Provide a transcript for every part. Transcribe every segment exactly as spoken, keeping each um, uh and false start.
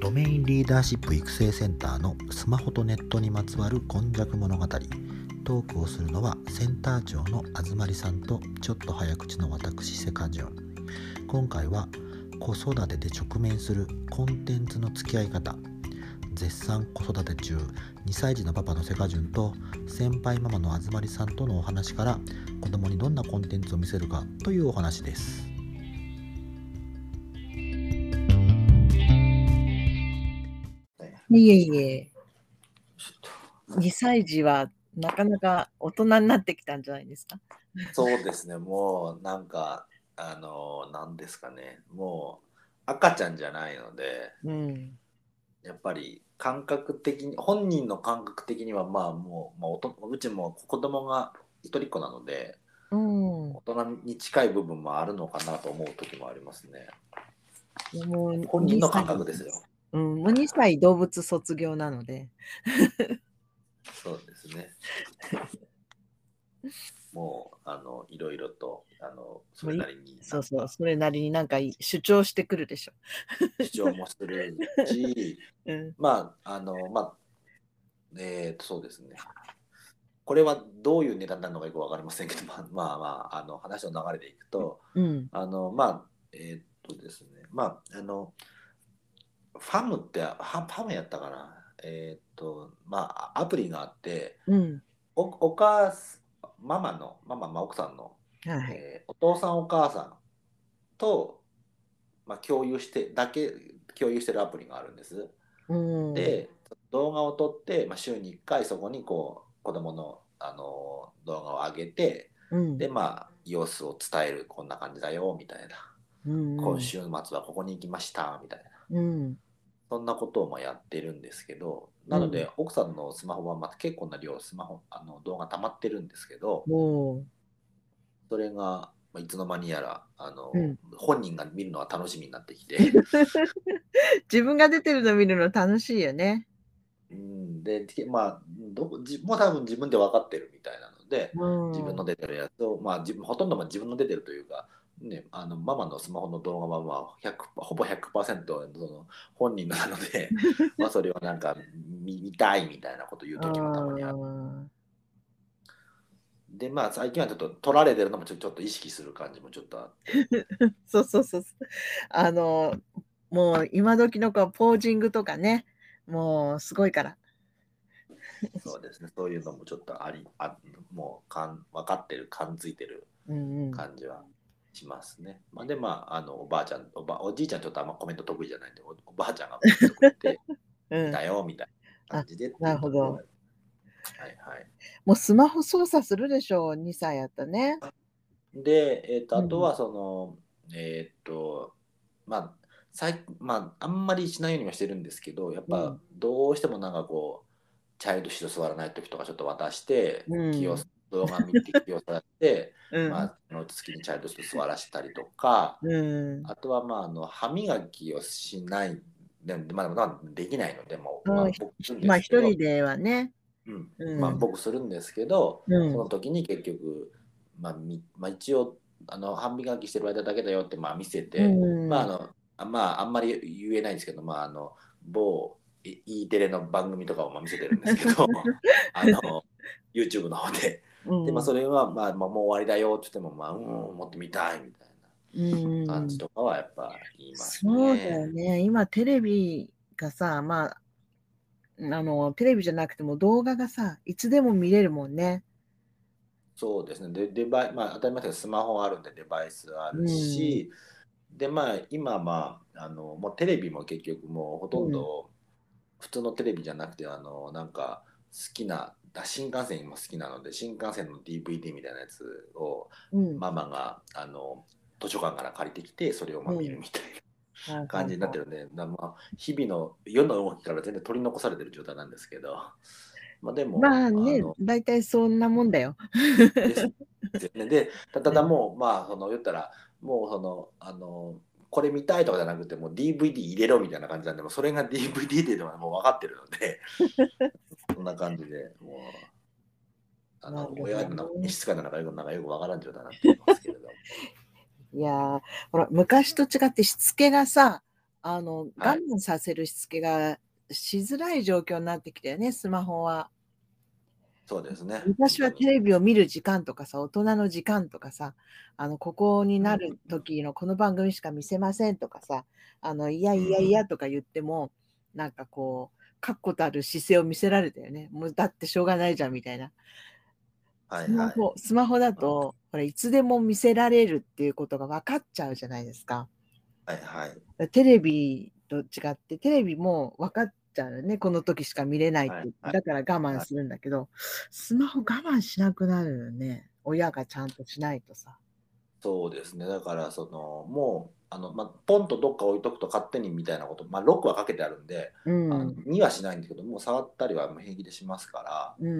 ドメインリーダーシップ育成センターのスマホとネットにまつわる今昔物語。トークをするのはセンター長のあずまりさんとちょっと早口の私セカジュン。今回は子育てで直面するコンテンツの付き合い方、絶賛子育て中にさい児のパパのセカジュンと先輩ママのあずまりさんとのお話から、子供にどんなコンテンツを見せるかというお話です。 いえいえ、にさい児はなかなか大人になってきたんじゃないですか。 そうですね、もうなんかあのなんですかね、もう赤ちゃんじゃないので、 うん、 やっぱり感覚的に本人の感覚的にはまあもう、まあ、おとうちも子供が一人っ子なので、 うん、 大人に近い部分もあるのかなと思う時もありますね。 もう本人の感覚ですよ。 うん、もうにさい動物卒業なので。 そうですね。もうあのいろいろとあのそれなりにそうそう、それなりになんか主張してくるでしょ。 主張もするし、うん、まああのまあえー、とそうですね。これはどういう値段なのかよく分かりませんけど、まあまあ、まあ、あの話の流れでいくと、 うん、 あのまあえー、っとですね、まああのファムってファムやったかな、えー、っとまあアプリがあって、 うん、 おお母ママのママ、まあ、奥さんの、 はい、 えー、お父さんお母さんと、まあ、共有してだけ共有してるアプリがあるんです。 うん、 で動画を撮って、まあ、週にいっかいそこにこう子供のあの動画を上げて、 うん、 でまあ様子を伝える、こんな感じだよみたいな、 うん、 今週末はここに行きましたみたいな、 うん、 そんなことをまあやってるんですけど、なので、うん、奥さんのスマホはまあ結構な量スマホあの動画溜まってるんですけど、それがいつの間にやらあの、うん、本人が見るのは楽しみになってきて自分が出てるの見るの楽しいよね。 うん、でまあどじもう多分自分で分かってるみたいなので、うん、自分の出てるやつを、まあ、ほとんども自分の出てるというか、ね、あのママのスマホの動画は、まあ、ひゃくほぼ ひゃくパーセント その本人なのでまあそれをなんか見見たいみたいなこと言う時もたまにある。でまあ最近はちょっと撮られてるのもちょちょっと意識する感じもちょっとあってそうそうそう、あのもう今時の子はポージングとかね、もうすごいから。 そうですね、そういうのもちょっとありあもうかん分かってる感づいてる感じはしますね。うんうん、まあ、でまああのおばあちゃんおばおじいちゃんちょっとあんまコメント得意じゃないんで、お, おばあちゃんがコメントくれてうん、だよみたいな感じでっていうところは、はいはい、 もうスマホ操作するでしょう、にさいやったね。 で、えー、とあとはその、うん、えっ、ー、とまあ最まああんまりしないようにはしてるんですけど、やっぱどうしてもなんかこうチャイルドシート座らない時とかちょっと渡して、うん、気を動画見て気を座って、うん、まあその月にチャイルドシート座らしたりとか、うん、あとはまああの歯磨きをしないで、まあ、まあ、できないのでもう、まあ、僕するんですけど、 まあ一人ではね、 うんうん、まあ僕するんですけど、うん、その時に結局、まあみまあ、一応あの歯磨きしてる間だけだよってまあ見せて、うん、まああのあまああんまり言えないんですけど、まああの某E テレの番組とかをまあ見せてるんですけどあの YouTube の方で、うん、でまあそれは、まあ、まあもう終わりだよって言っても、まあうん持ってみたいみたいな感じとかはやっぱ言いますね。 そうだよね。今テレビがさ、まああのテレビじゃなくても動画がさ、いつでも見れるもんね。 そうですね。で、デバイ、まあ当たり前ですけど、スマホあるんでデバイスあるし、うん、で、まあ今、まあ、あの、もうテレビも結局もうほとんど普通のテレビじゃなくて、あの、なんか好きな、新幹線も好きなので、新幹線の ディーブイディー みたいなやつを、ママが、あの、図書館から借りてきて、それをまあ見るみたいな、うん、感じになってるんで、まあ、日々の世の動きから全然取り残されてる状態なんですけど、まあでも、 まあね、大体そんなもんだよ。 ですね。で、ただもう、まあ、その言ったら、もうその、あの、これ見たいとかじゃなくて、もう ディーブイディー 入れろみたいな感じなんで、もうそれが ディーブイディー っていうのはもう分かってるので、そんな感じで、もう、あの、親の召使いなのかよくなんかよく分からん状態になってますけれども。 いやほら、昔と違ってしつけがさ、 あの、我はい。 慢させるしつけがしづらい状況になってきたよね、スマホは。 そうですね、本昔はテ当に。 レビを見る時間とかさ、大人の時間とかさ、あの、ここにうん、 なる時のこの番組しか見せませんとかさ、あの、いやうん。 いやいやとか言っても、なんかこう、確固たる姿勢を見せられたよね。もうだってしょうがないじゃんみたいな。 はいはい。 スマホスマホだあ、 と、ほら、いつでも見せられるっていうことが分かっちゃうじゃないですか。 はいはい。 テレビと違って、テレビも分かっちゃうよね、この時しか見れないって。 はいはいだから我慢はい。 するんだけど、スマホ我慢しなくなるよね。親がちゃんとしないとさ。 そうですね。だからそのもうあの、まあ、ポンとどっか置いとくと勝手にみたいなこと、まあ、ロックはかけてあるんで、 うあのん、 にはしないんだけど、もう触ったりは平気でしますから、 うん。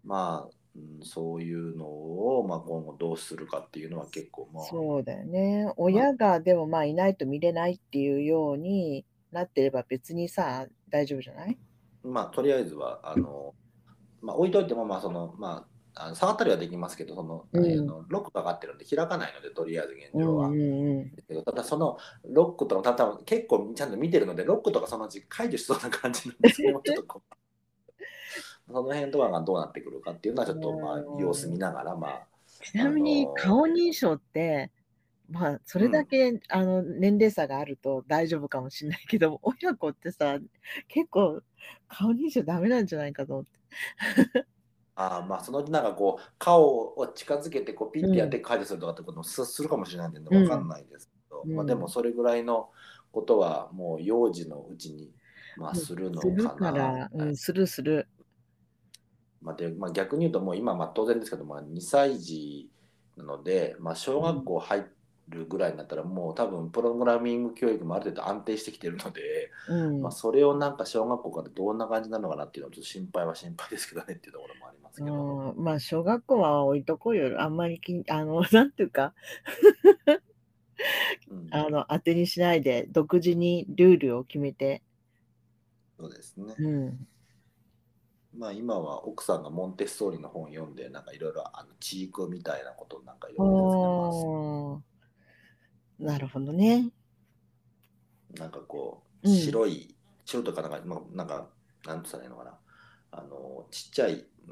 まあ、うん、そういうのを、まあ、今後どうするかっていうのは結構まそうだよね。 あ、まあ、 親がでも、まあ、いないと見れないっていうようになってれば別にさ、大丈夫じゃない？ まあ、とりあえずはあの、まあ、置いといても、まあそのまあ、あの触ったりはできますけど、そのうん、 あのロックかかってるんで開かないので、とりあえず現うんう状は。 んうん。 ですけど、ただそのロックとか、ただ結構ちゃんと見てるので、ロックとかそのうち解除しそうな感じなんで、それもちょっとこう、その辺とかがどうなってくるかっていうのは、ちょっとまあ様子見ながら、まあ、あちなみにの、 顔認証って、まあ、それだうん。 けあの、年齢差があると大丈夫かもしんないけど、親子ってさ、結構顔認証ダメなんじゃないかと思って。 あーまあ、そのうちなんかこう、顔を近づけてこうピッてやっうん、 て解除するとかってこともすするかもしれないんで、わかんうん、 ないですけど、まあ、でもうん。 それぐらいのことはもう幼児のうちに、まあ、 うん、 するのするかなみから、 たいな。 うん、するする。 まあでまあ、逆に言うともう今まあ当然ですけど、まあ、にさい児なので、まあ、小うん、 学校入るぐらいになったらもう多分プログラミング教育もある程度安定してきてるので、まあ、 うん。 それをなんか小学校からどんな感じなのかなっていうのはちょっと心配は心配ですけどねっていうところもありますけど。 うん、まあ、小学校は置いとこうよ。あんまりきあの、なんていうか、 うん、 あの、当てにしないで、独自にルールを決めて。 そうですね。 うん。 まあ今は奥さんがモンテッソーリの本読んでなんかいろいろあのチークみたいなことをなんかいあろいろ説明ます。 あ、なるほどね。 なんかこううん。 白い白とかなんか、まあ、なんかなんつったらいいのかな、あのちっちゃい、うん、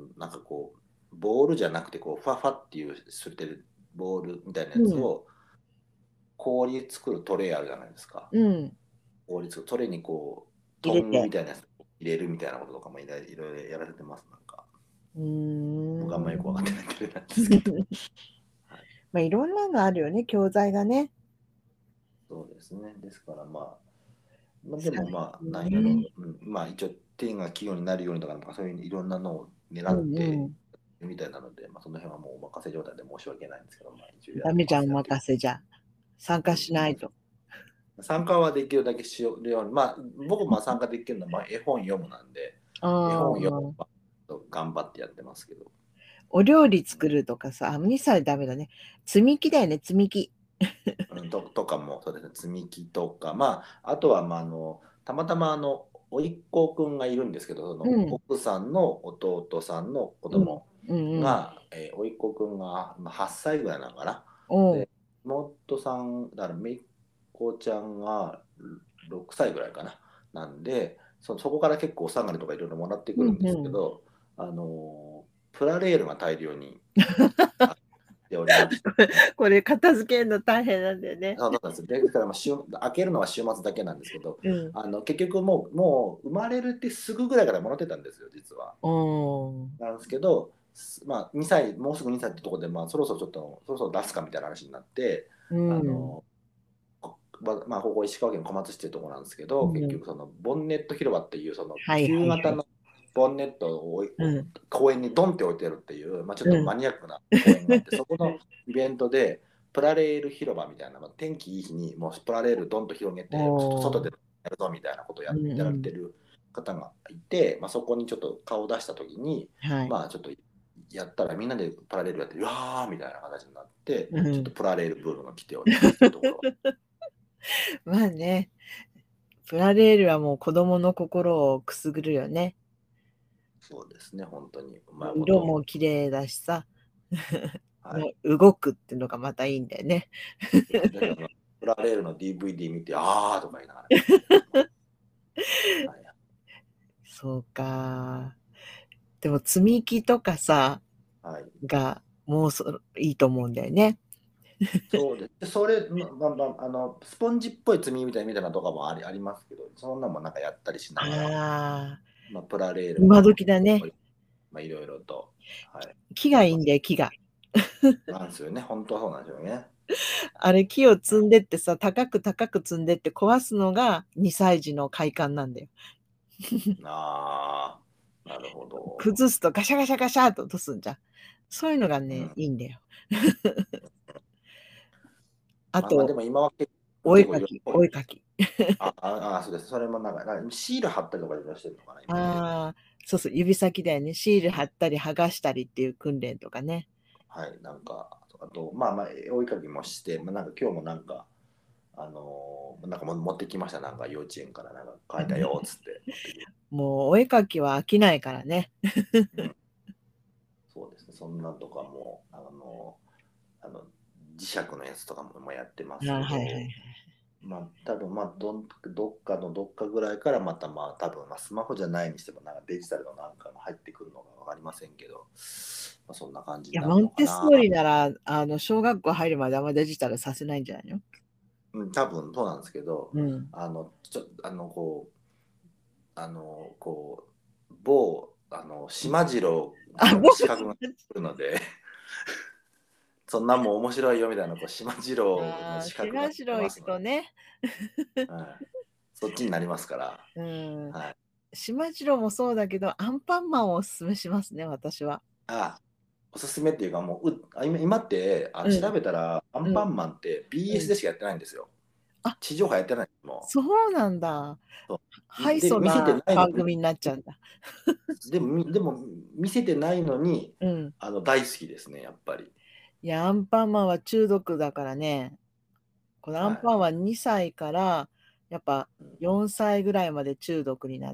なんかこうボールじゃなくてこうファファっていうすってるボールみたいなやうん。 つを氷作るトレイあるじゃないですか。 うん。 氷作るトレイにこうトングみ入れて。 たいなやつを入れるみたいなこととかもいろいろやられてます。なんかうー僕あんまよく分かってん。 ないけどなんですけど、はい、 まあ、いろんなのあるよね、教材がね。 そうですね。ですからまあ、まあ、で最もまあなんやろ、 近ね。 うん、まあ一応点が企業になるようにとかなんかそういういろんなのを狙うんってうん。 みたいなので、まあ、その辺はもうお任せ状態で申し訳ないんですけど、まあ、一応やってダメじゃん、おますやってる。 任せじゃ。参加うん、ましないと。 あ、参加はできるだけしようように、まあ、僕も参加できるのは、まあ、絵本読むなんで、絵あ本読むあ。 と頑張ってやってますけど、 お料理作るとかさ、あ、にさいダメだね。積み木だよね、積み木。 うん、ととかもそうですね、積み木とか、まあ、あとは、まあ、あのたまたまあの甥っ子くんがいるんですけど、そのうん。 奥さんの弟さんの子うん。 供うんうん。 が、えー、甥っ子くんがまあはっさいぐらいなのかな。 おう。 で、妹さん、だからめいっ子ちゃんがろくさいぐらいかな。なんで、そ、そこから結構お下がりとかいろいろもらってくうんるんですけうん。 ど、あのプラレールが大量にあっておりまして、 これ片付けるの大変なんだよね。 そうなんです。で、だからまあ週開けるのは週末だけなんですけど、 うん。 あの結局もう、もう生まれるってすぐぐらいからもらってたんですよ、実は。 おー。 なんですけど、まあ、にさい、もうすぐにさいってところで、まあ、そろそろちょっと、そろそろ出すかみたいな話になって、 うん。 あの、こまあ、ここ石川県小松市っていうところなんですけど、結うん。 局そのボンネット広場っていうそのはいはいはい。 旧型のボンネットを置いうん。 公園にドンって置いてるっていう、まあ、ちょっとうん。 マニアックな公園があって、そこのイベントでプラレール広場みたいな、まあ、天気いい日にもうプラレールドンと広げて、外外でおー。 やるぞみたいなことをや、 うんやらうん。 れてる方がいて、まあ、そこにちょっと顔を出したときに、 はい。 まあちょっとやったらみんなでプラレールやって、うわーみたいな形になって、 うん。 ちょっとプラレールブームが来ておりますというところ。 まあね、プラレールはもう子供の心をくすぐるよね。 そうですね、本当にうもうまいこと。 色も綺麗だしさ、 はい。 もう動くっていうのがまたいいんだよね。 であのラレールの ディーブイディー 見て、あーとか言いながら。はい、 そうか。でも積み木とかさ、 はい、 がもうそいいと思うんだよね。 そうです。それ、まままあの、スポンジっぽい積みみたいみたいなとかもあり、ありますけど、そんなもんなんかやったりしながら、 ああ、 まあ、プラレール今も、 時だね。 まあ、いろいろと、はい。 木がいいんだよ、木が。 なんですよね。本当はそうなんですよね。 あれ木を積んでってさ、高く高く積んでって壊すのがにさい児の快感なんだよ。 ああ、なるほど。 崩すとガシャガシャガシャっと落とすんじゃん。そういうのがね、 うん、 いいんだよ。あまあまあ、でと、 も今は結構、結構よお絵かき、お絵かき。 ああ、あそうです。それもなんか、なんかシール貼ったりとかいろいろしてるのかな、今。 ああ、そうそう、指先だよね。シール貼ったり剥がしたりっていう訓練とかね。 はい、なんか、あと、まあまあ、お絵かきもして、まあ、なんか今日もなんか、あのーなんかも持ってきました。なんか幼稚園からなんか書いたよ、つって持ってきて。 もうお絵かきは飽きないからね。 うん、そうですね。そんなんとかも、あのーあの、磁石のやつとかももうやってますけあ、はいはいはど、 い。 まあ、多分まあどん、どっかのどっかぐらいからまたまあ、多分まあスマホじゃないにしてもなんかデジタルのなんかも入ってくるのか分かりませんけど、まあ、そんな感じいや、 になるモンのかな。 テッソーリなら、あの、小学校入るまであんまデジタルさせないんじゃないの？ うん、多分そうなんですけど、 うん。 あの、ちょ、あの、こう、あの、こう、某、あの、島次郎あ、 の僕資格が来るので、そんなんも面白いよみたいな、こう、島次郎のああ、 資格が島城行く出ますので、 とね。 はい、そっちになりますから、 うん。 はい。 島次郎もそうだけど、アンパンマンをおすすめしますね、私は。 あ、おすすめっていうか、もう、うあ今、今ってあうん、 調べたら、アンうん、 パンマンってうビーエスん。 でしかやってないんですよ。 あ、 地上波やってないんですもそうなんだ。 う。そハイうで、 ソ見せてなないのに、 番組になっちゃうんだ。 でも、みでも見せてないのに、 うん。 あの大好きですね、やっぱり。 いや、アンパンマンは中毒だからね。このアはい。 ンパンはにさいからやっぱうん、 よんさいぐらいまで中毒になって、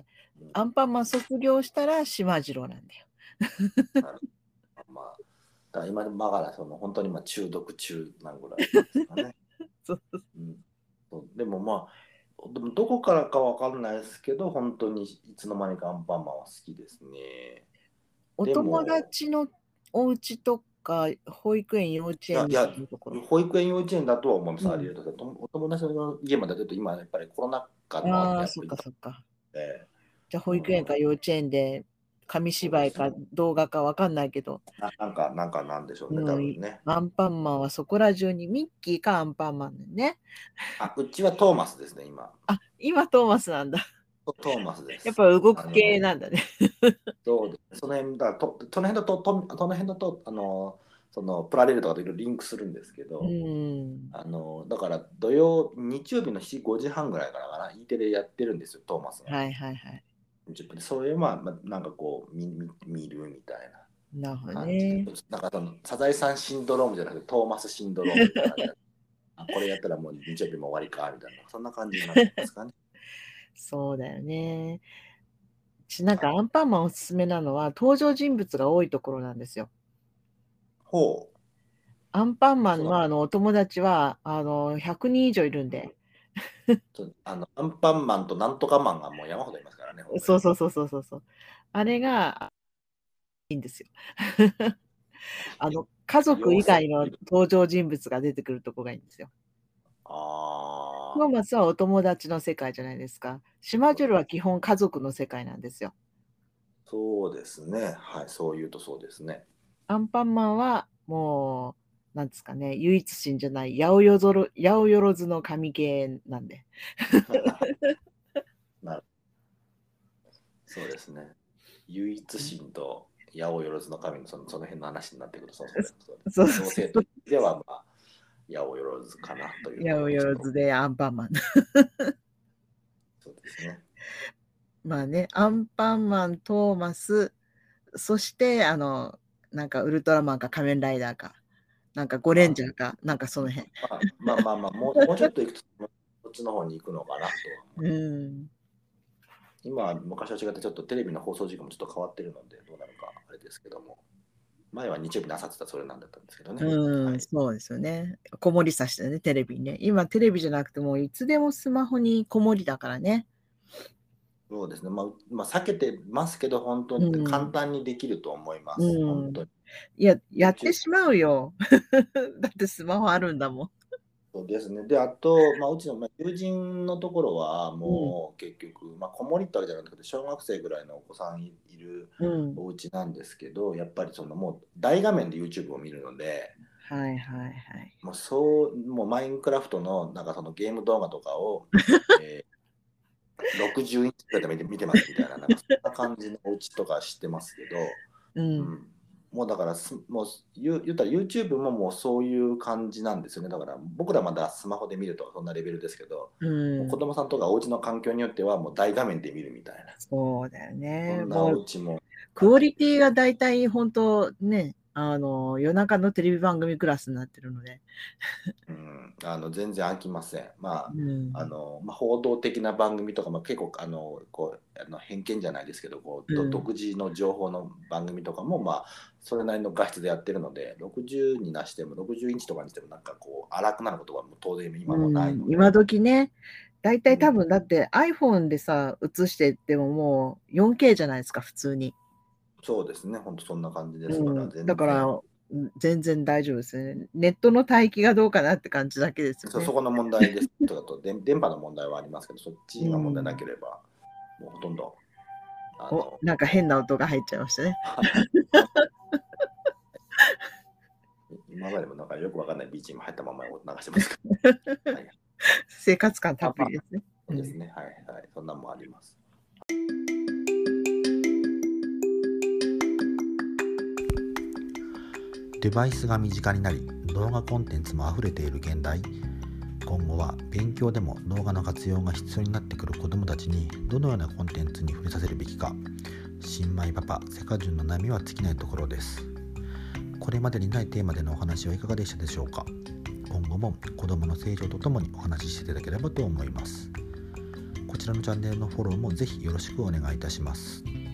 うん、 アンパンマン卒業したら島次郎なんだよ。 なるほど。まあ、だから今でもだからその本当にまあ中毒中なんぐらいですかね。 そううん、そうでもまあ、でもどこからかわかんないですけど、本当にいつの間にかアンパンマンは好きですね。 お友でも、 達のお家とか保育園、幼稚いや、いや、 園みたいなところ。 保育園、幼稚園だとは思います、ありうん。 得ると。お友達の家までだと今、やっぱりコロナ禍もあって、 ああ、そっやっぱり、 かそっか。 えじゃあ保ーうん、 育園か幼稚園で紙芝居かそうですね。 動画かわかんないけど、 な、なんか、なんかなんでしょうね、多うん、 分ね。 アンパンマンはそこら中にミッキーかアンパンマンだよね。 あ、うちはトーマスですね、今。 あ、今トーマスなんだ。 トーマスでやっす。 ぱ動くあの、 系なんだね。 そうです。その辺だと、その辺だと、とその辺だと、あの、そのプラレールとかといろいろリンクするんですけうど、 ん。 あの、だから土曜、日曜日のしち、ごじはんぐらいからかな、E テレやってるんですよ、トーマスが。 はいはいはい。 じゅっぷんでそれは、まあ、なんかこう見、見見るみたいなるほどな感じで、 ね。 なんかそのサザエさんシンドロームじゃなくて、トーマスシンドロームみたいな感じで、あ、これやったらもう日曜日も終わりか、みたいな、そんな感じになってますかね。 そうだよね。ちなんかアンパンマンおすすめなのは登場人物が多いところなんですよ。 ほう、 アンパンマそうなんンのあのお友達はあのひゃくにん以上いるんで。 とあの、アンパンマンとなんとかマンがもう山ほどいますからね、本当に。 そうそうそうそうそうそう。あれがいいんですよ。あの家族以妖精。 外の登場人物が出てくるとこがいいんですよ。トーああ、 マスはお友達の世界じゃないですか。島ジロは基本家族の世界なんですよ。 そうですね。はい、そう言うとそうですね。 アンパンマンはもう、なんですかね、唯一神じゃない、八百万八百万の神系なんで。 なるそうですね。唯一神と八百万の神のそのその辺の話になってくると、そうそうですそうです。 そうそう妖精としてでは、まあ、八百万かなという八のがちょっと、 百万でアンパンマン。 そうですね。 まあね、アンパンマン、トーマス、そしてあの、なんかウルトラマンか仮面ライダーか、なんかゴレンまジャーか、なんかその辺。 あ、まあ、まあまあまあ、もうもうちょっといくと、こっちの方に行くのかなとは思ういます。 ん。 今は昔と違ってちょっとテレビの放送時間もちょっと変わってるので、どうなるかあれですけども。 前は日曜日の朝って言ったらそれなんだったんですけどね。 うん、 はい。 そうですよね。こもりさしてね、テレビにね。今テレビじゃなくてもいつでもスマホにこもりだからね。 そうですね。まあ、まあ、避けてますけど、本当うに簡ん。 単にできると思いまうす。本ん。 当に。 いや、やって YouTube しまうよ。だってスマホあるんだもん。 そうですね。で、あと、まあ、うちのまあ友人のところは、 うん。 もう結局、まあ、子守ってわけじゃなくて、小学生ぐらいのお子さんいいるうん。 お家なんですけど、やっぱりそのもう大画面で YouTube を見るので、 はいはいはい。 もうそう、もうマインクラフトのなんかそのゲーム動画とかを、えーろくじゅうインチぐらいで見て見てますみたいな、なんかそんな感じのお家とか知ってますけど、 う。 うんん、もうだからす、もう言う言ったら YouTube ももうそういう感じなんですよね。だから僕らまだスマホで見るとかそんなレベルですけど、 う。 もう子供さんとかお家の環境によってはもう大画面で見るみたいな、 そうだよそね。 んなもう、 お家もクオリティがある。 だいたい本当ね、あの、夜中のテレビ番組クラスになってるので。 うん、あの全然飽きません。まうあ、あん。 の、まあ、報道的な番組とか、まあ、結構あのこうあの偏見じゃないですけど、こうどうん。 独自の情報の番組とかも、まあ、それなりの画質でやってるので、ろくじゅうになしても、ろくじゅうインチとかにしても、なんかこう、荒くなることはもう当然今もないうん。 ので、 今時ね、だいたい多うん、 分だって iPhone でさ、映してってももう よんケー じゃないですか、普通に。 そうですね、本当そんな感じですから、 うん。だ全然、 から、うん全然大丈夫ですね。ネットの帯域がどうかなって感じだけですよそ、そね。 この問題ですと、あと電電波の問題はありますけど、そっちうが問題なけん。 れば、もうほとんど、あお、 の、 なんか変な音が入っちゃいましたね。 今までもなんかよくわかんない ビージーエム 入ったまま流してますから。はい、 生活感たまあまあ、 っぷりですね。 そうですね、はいはい、そんなんもあります。 デバイスが身近になり、動画コンテンツも溢れている現代。今後は勉強でも動画の活用が必要になってくる子どもたちにどのようなコンテンツに触れさせるべきか、新米パパセカジュンの悩みは尽きないところです。これまでにないテーマでのお話はいかがでしたでしょうか。今後も子どもの成長とともにお話ししていただければと思います。こちらのチャンネルのフォローもぜひよろしくお願いいたします。